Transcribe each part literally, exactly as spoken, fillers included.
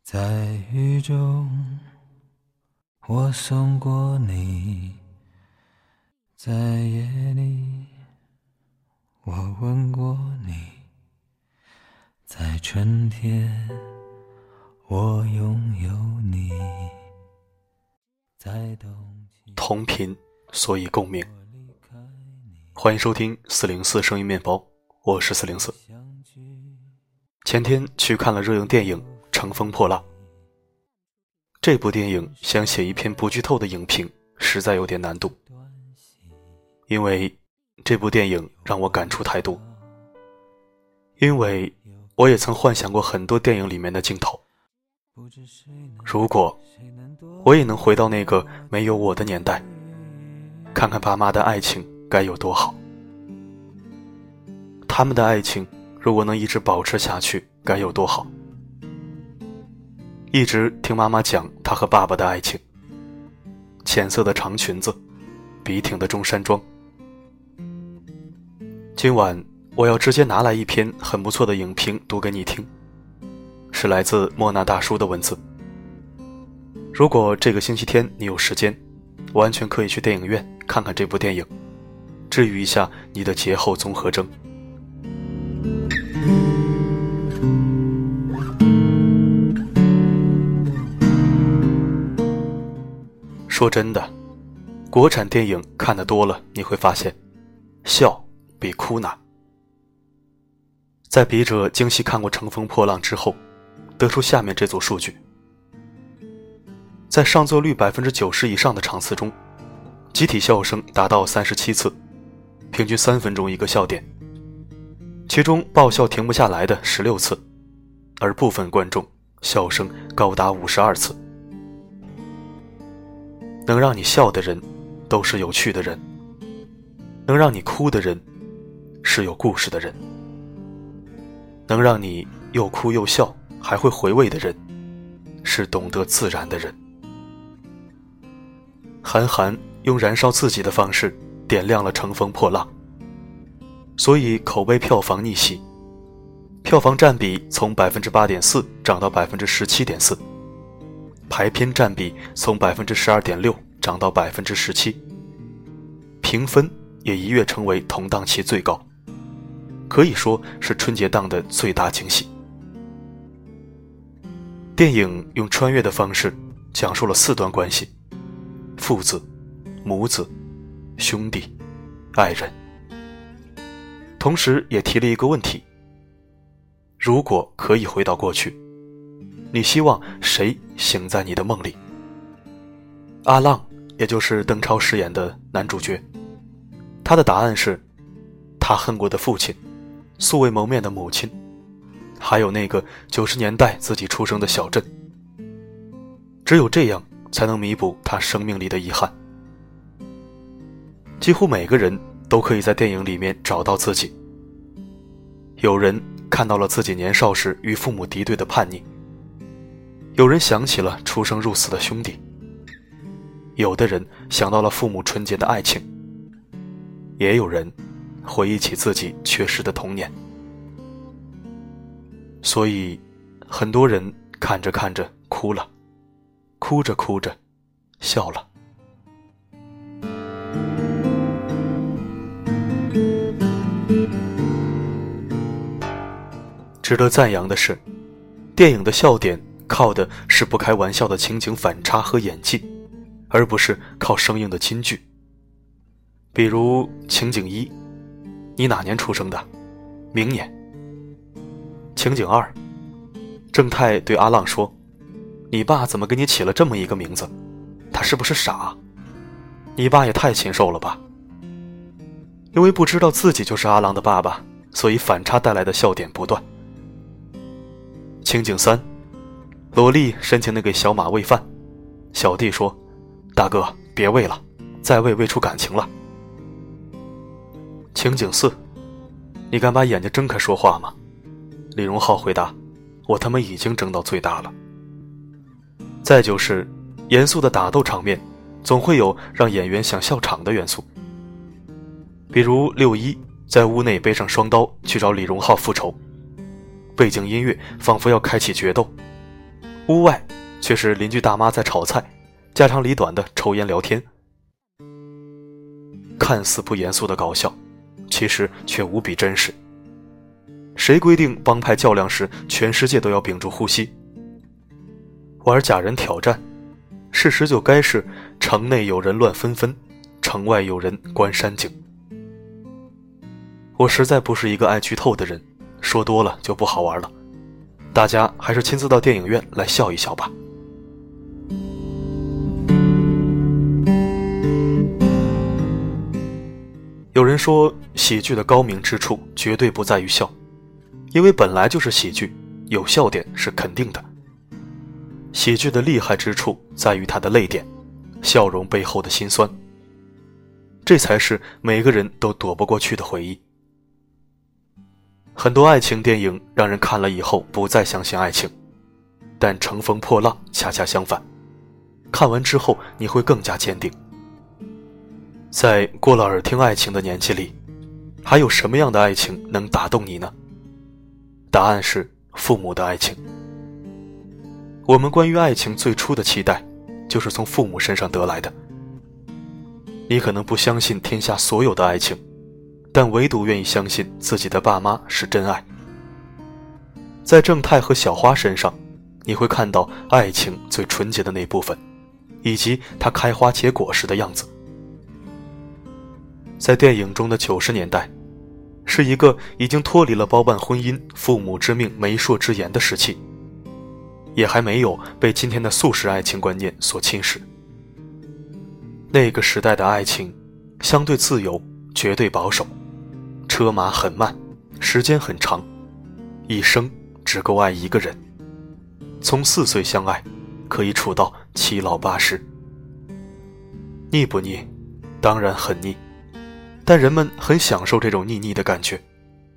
在雨中我送过你，在夜里我吻过你，在春天我拥有你，在冬季同频所以共鸣。欢迎收听四零四声音面包，我是四零四。前天去看了热映电影《乘风破浪》，这部电影想写一篇不剧透的影评实在有点难度，因为这部电影让我感触太多，因为我也曾幻想过很多电影里面的镜头。如果我也能回到那个没有我的年代，看看爸妈的爱情该有多好，他们的爱情如果能一直保持下去该有多好。一直听妈妈讲她和爸爸的爱情，浅色的长裙子，笔挺的中山装。今晚我要直接拿来一篇很不错的影评读给你听，是来自莫那大叔的文字。如果这个星期天你有时间，完全可以去电影院看看这部电影，治愈一下你的节后综合征。说真的，国产电影看得多了，你会发现笑比哭难。在笔者精细看过《乘风破浪》之后，得出下面这组数据：在上座率 百分之九十 以上的场次中，集体笑声达到三十七次，平均三分钟一个笑点，其中爆笑停不下来的十六次，而部分观众笑声高达五十二次。能让你笑的人都是有趣的人，能让你哭的人是有故事的人，能让你又哭又笑还会回味的人是懂得自然的人。韩寒用燃烧自己的方式点亮了乘风破浪，所以口碑票房逆袭，票房占比从 百分之八点四 涨到 百分之十七点四， 排片占比从 百分之十二点六 涨到 百分之十七， 评分也一跃成为同档期最高，可以说是春节档的最大惊喜。电影用穿越的方式讲述了四段关系：父子、母子、兄弟、爱人。同时也提了一个问题：如果可以回到过去，你希望谁醒在你的梦里？阿浪，也就是邓超饰演的男主角，他的答案是他恨过的父亲，素未谋面的母亲，还有那个九十年代自己出生的小镇。只有这样才能弥补他生命里的遗憾。几乎每个人都可以在电影里面找到自己，有人看到了自己年少时与父母敌对的叛逆，有人想起了出生入死的兄弟，有的人想到了父母纯洁的爱情，也有人回忆起自己缺失的童年。所以很多人看着看着哭了，哭着哭着笑了。值得赞扬的是，电影的笑点靠的是不开玩笑的情景反差和演技，而不是靠生硬的金句。比如情景一，你哪年出生的？明年。情景二，正太对阿浪说，你爸怎么给你起了这么一个名字？他是不是傻？你爸也太禽兽了吧。因为不知道自己就是阿浪的爸爸，所以反差带来的笑点不断。情景三，萝莉申请的给小马喂饭，小弟说，大哥别喂了，再喂喂出感情了。情景四，你敢把眼睛睁开说话吗？李荣浩回答，我他妈已经睁到最大了。再就是严肃的打斗场面总会有让演员想笑场的元素，比如六一在屋内背上双刀去找李荣浩复仇，背景音乐仿佛要开启决斗， 屋外却是邻居大妈在炒菜，家长里短的抽烟聊天。看似不严肃的搞笑，其实却无比真实。谁规定帮派较量时全世界都要屏住呼吸？玩假人挑战，事实就该是城内有人乱纷纷，城外有人观山景。我实在不是一个爱剧透的人，说多了就不好玩了，大家还是亲自到电影院来笑一笑吧。有人说，喜剧的高明之处绝对不在于笑，因为本来就是喜剧，有笑点是肯定的。喜剧的厉害之处在于它的泪点，笑容背后的辛酸，这才是每个人都躲不过去的回忆。很多爱情电影让人看了以后不再相信爱情，但乘风破浪恰恰相反，看完之后你会更加坚定。在过了耳听爱情的年纪里，还有什么样的爱情能打动你呢？答案是父母的爱情。我们关于爱情最初的期待，就是从父母身上得来的。你可能不相信天下所有的爱情，但唯独愿意相信自己的爸妈是真爱。在正太和小花身上，你会看到爱情最纯洁的那部分，以及它开花结果时的样子。在电影中的九十年代，是一个已经脱离了包办婚姻、父母之命、媒妁之言的时期，也还没有被今天的速食爱情观念所侵蚀。那个时代的爱情相对自由，绝对保守，车马很慢，时间很长，一生只够爱一个人，从四岁相爱，可以处到七老八十。腻不腻？当然很腻，但人们很享受这种腻腻的感觉。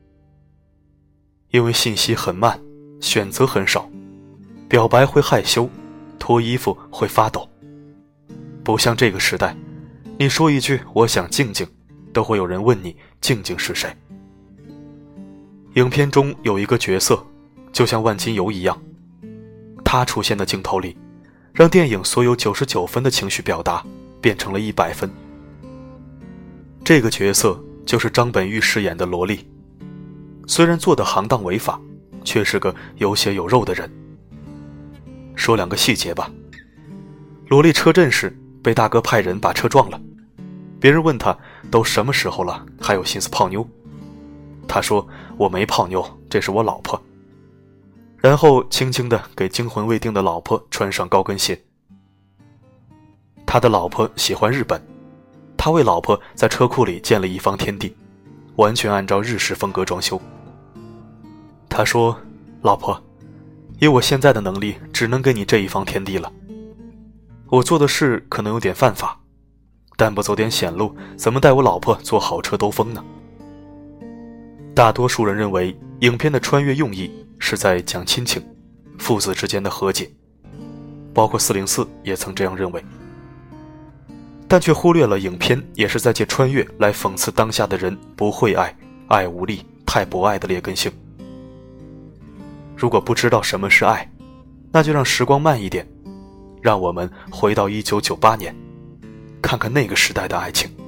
因为信息很慢，选择很少，表白会害羞，脱衣服会发抖。不像这个时代，你说一句我想静静，都会有人问你静静是谁。影片中有一个角色就像万金油一样，他出现的镜头里，让电影所有九十九分的情绪表达变成了一百分。这个角色就是张本煜饰演的萝莉，虽然做的行当违法，却是个有血有肉的人。说两个细节吧。萝莉车震时被大哥派人把车撞了，别人问他都什么时候了还有心思泡妞，他说我没泡妞，这是我老婆，然后轻轻地给惊魂未定的老婆穿上高跟鞋。他的老婆喜欢日本，他为老婆在车库里建了一方天地，完全按照日式风格装修。他说，老婆，以我现在的能力只能给你这一方天地了，我做的事可能有点犯法，但不走点险路，怎么带我老婆坐好车兜风呢？大多数人认为影片的穿越用意是在讲亲情，父子之间的和解，包括四零四也曾这样认为，但却忽略了影片也是在借穿越来讽刺当下的人不会爱、爱无力、太博爱的劣根性。如果不知道什么是爱，那就让时光慢一点，让我们回到一九九八年，看看那个时代的爱情。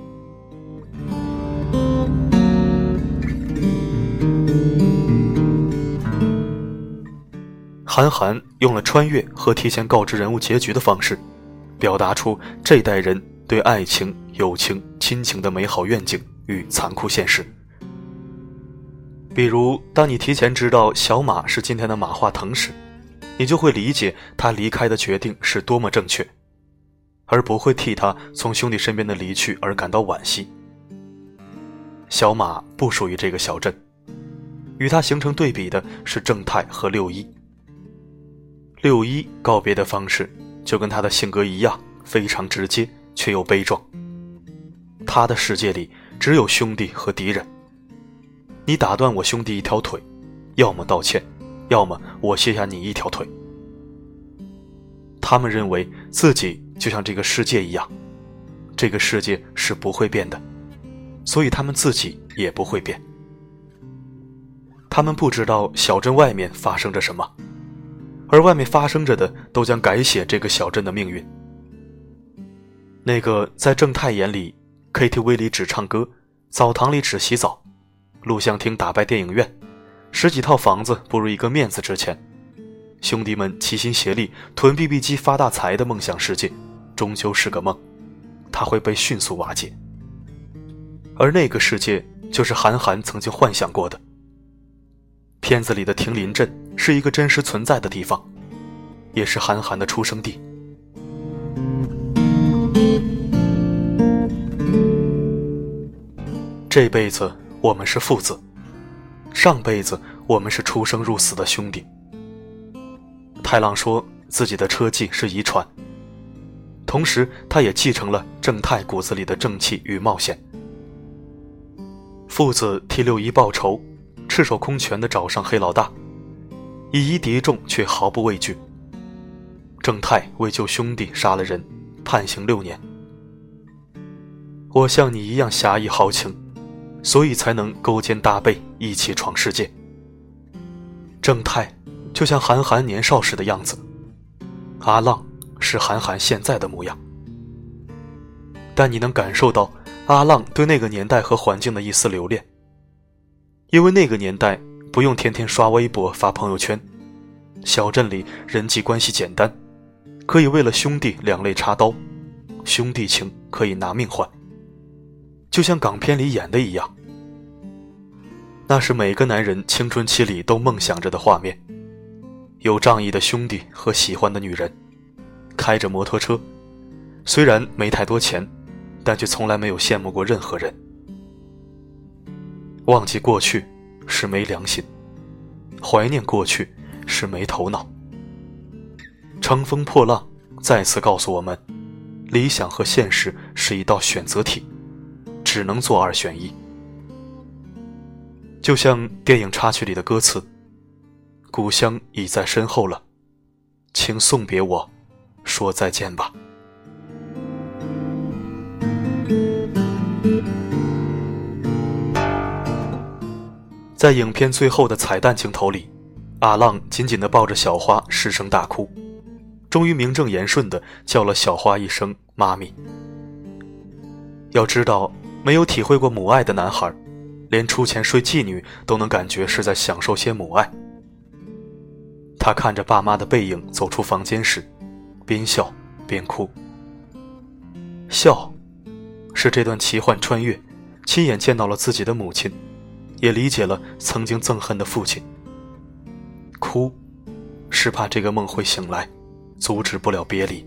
韩寒用了穿越和提前告知人物结局的方式，表达出这代人对爱情、友情、亲情的美好愿景与残酷现实。比如，当你提前知道小马是今天的马化腾时，你就会理解他离开的决定是多么正确，而不会替他从兄弟身边的离去而感到惋惜。小马不属于这个小镇，与他形成对比的是正太和六一。六一告别的方式就跟他的性格一样，非常直接却又悲壮。他的世界里只有兄弟和敌人，你打断我兄弟一条腿，要么道歉，要么我卸下你一条腿。他们认为自己就像这个世界一样，这个世界是不会变的，所以他们自己也不会变。他们不知道小镇外面发生着什么， 而外面发生着的都将改写这个小镇的命运。那个在正太眼里 K T V 里只唱歌，澡堂里只洗澡，录像厅打败电影院，十几套房子不如一个面子值钱，兄弟们齐心协力囤 B B 机发大财的梦想世界终究是个梦，它会被迅速瓦解。而那个世界就是韩寒曾经幻想过的。片子里的亭林镇是一个真实存在的地方，也是韩寒的出生地。这辈子我们是父子，上辈子我们是出生入死的兄弟。太郎说自己的车技是遗传，同时他也继承了正太骨子里的正气与冒险。父子替六姨报仇，赤手空拳地找上黑老大，以一敌众却毫不畏惧。正太为救兄弟杀了人，判刑六年。我像你一样侠义豪情，所以才能勾肩搭背一起闯世界。正太就像韩寒年少时的样子，阿浪是韩寒现在的模样。但你能感受到阿浪对那个年代和环境的一丝留恋，因为那个年代不用天天刷微博发朋友圈，小镇里人际关系简单，可以为了兄弟两肋插刀，兄弟情可以拿命换，就像港片里演的一样。那是每个男人青春期里都梦想着的画面，有仗义的兄弟和喜欢的女人，开着摩托车，虽然没太多钱，但却从来没有羡慕过任何人。忘记过去是没良心，怀念过去是没头脑。乘风破浪再次告诉我们，理想和现实是一道选择题，只能做二选一。就像电影插曲里的歌词，故乡已在身后了，请送别我，说再见吧。在影片最后的彩蛋镜头里，阿浪紧紧地抱着小花失声大哭，终于名正言顺地叫了小花一声妈咪。要知道，没有体会过母爱的男孩，连出钱睡妓女都能感觉是在享受些母爱。他看着爸妈的背影走出房间时，边笑边哭。笑是这段奇幻穿越，亲眼见到了自己的母亲，也理解了曾经憎恨的父亲。哭是怕这个梦会醒来，阻止不了别离。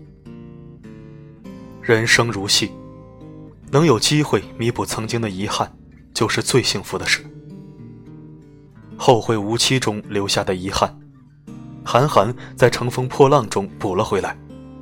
人生如戏，能有机会弥补曾经的遗憾，就是最幸福的事。后会无期中留下的遗憾，韩寒在乘风破浪中补了回来。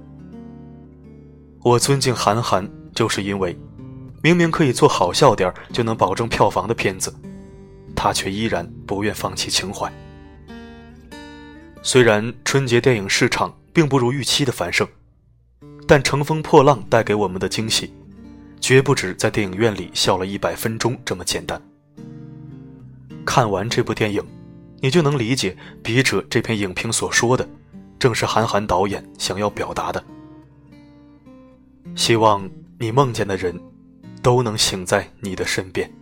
我尊敬韩寒，就是因为明明可以做好笑点就能保证票房的片子，他却依然不愿放弃情怀。虽然春节电影市场并不如预期的繁盛，但乘风破浪带给我们的惊喜绝不止在电影院里笑了一百分钟这么简单。看完这部电影，你就能理解笔者这篇影评所说的正是韩寒导演想要表达的。希望你梦见的人都能醒在你的身边。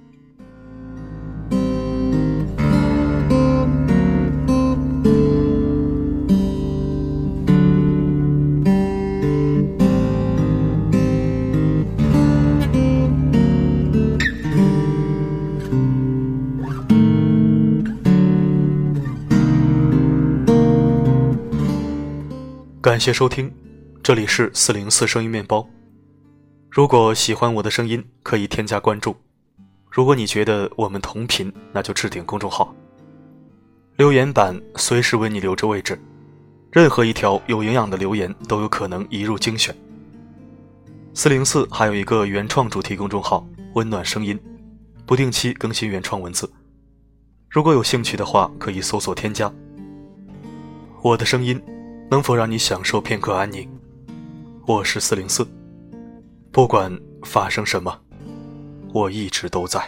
感谢收听，这里是四零四声音面包。如果喜欢我的声音，可以添加关注。如果你觉得我们同频，那就置顶公众号。留言板随时为你留着位置，任何一条有营养的留言都有可能移入精选。四零四还有一个原创主题公众号温暖声音，不定期更新原创文字。如果有兴趣的话，可以搜索添加。我的声音能否让你享受片刻安宁？我是四零四，不管发生什么，我一直都在。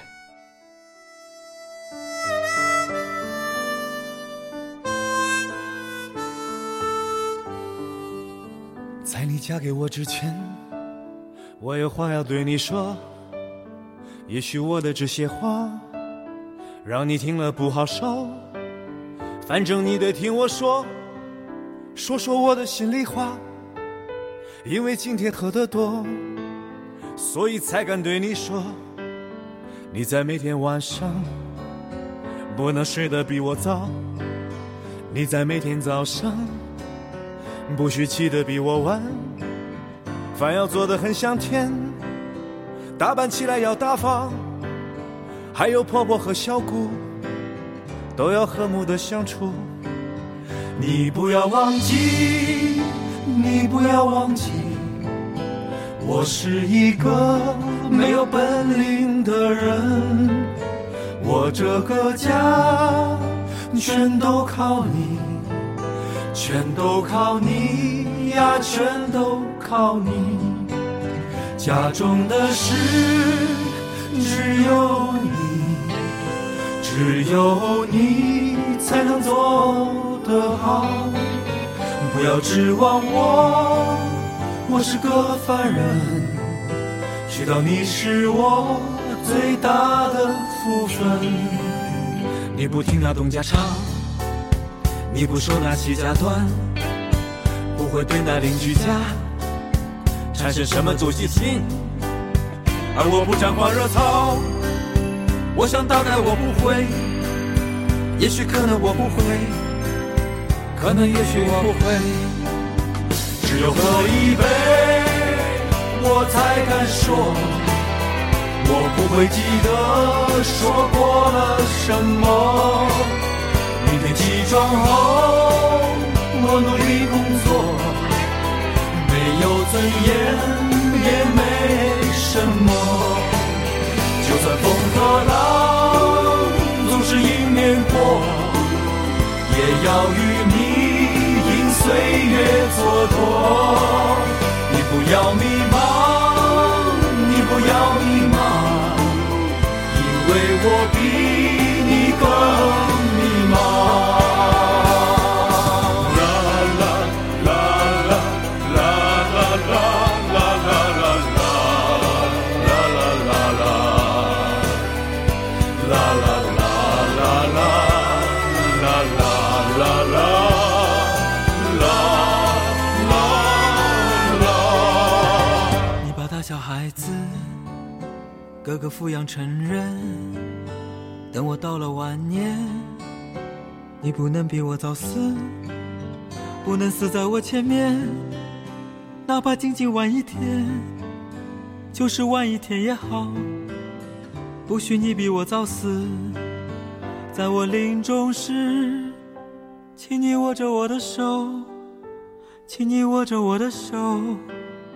在你嫁给我之前，我有话要对你说，也许我的这些话让你听了不好受，反正你得听我说，说说我的心里话。因为今天喝得多，所以才敢对你说，你在每天晚上不能睡得比我早，你在每天早上不许起得比我晚，饭要做得很香甜，打扮起来要大方，还有婆婆和小姑都要和睦的相处。你不要忘记，你不要忘记，我是一个没有本领的人，我这个家全都靠你，全都靠你呀，全都靠你。家中的事只有你，只有你才能做得好。不要指望我，我是个凡人，知道你是我最大的福分。你不听那东家长，你不说那西家短，不会对那邻居家产生什么妒忌心，而我不沾花惹草，我想大概我不会，也许可能我不会，可能也许我不会。只有喝一杯我才敢说，我不会记得说过了什么。明天起床后我努力工作，没有尊严也没什么，就算风和浪总是迎面过，也要与你因岁月蹉跎。你不要迷茫，你不要迷茫，因为我比你更迷茫。小孩子哥哥抚养成人，等我到了晚年，你不能比我早死，不能死在我前面，哪怕仅仅晚一天，就是晚一天也好，不许你比我早死。在我临终时，请你握着我的手，请你握着我的手，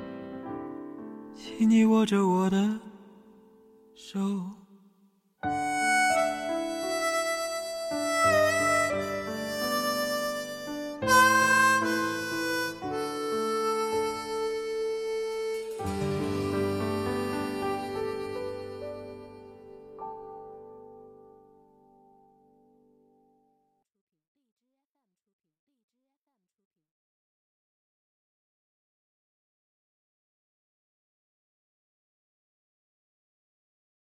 请你握着我的手。